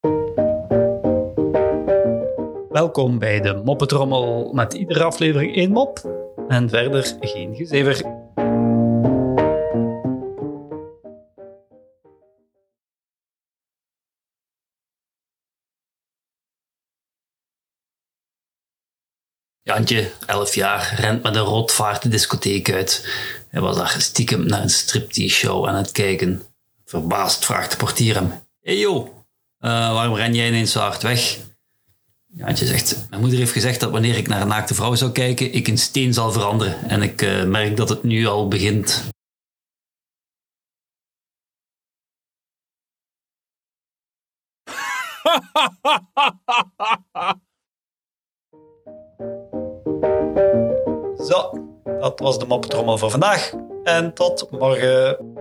Welkom bij de Moppetrommel met iedere aflevering 1 mop en verder geen gezever. Jantje, 11 jaar, rent met een rotvaart de discotheek uit. Hij was daar stiekem naar een striptease-show aan het kijken. Verbaasd vraagt de portier hem. Hey joh, waarom ren jij ineens zo hard weg? Jantje zegt, mijn moeder heeft gezegd dat wanneer ik naar een naakte vrouw zou kijken, ik in steen zal veranderen. En ik merk dat het nu al begint. Zo, dat was de Moppetrommel voor vandaag. En tot morgen.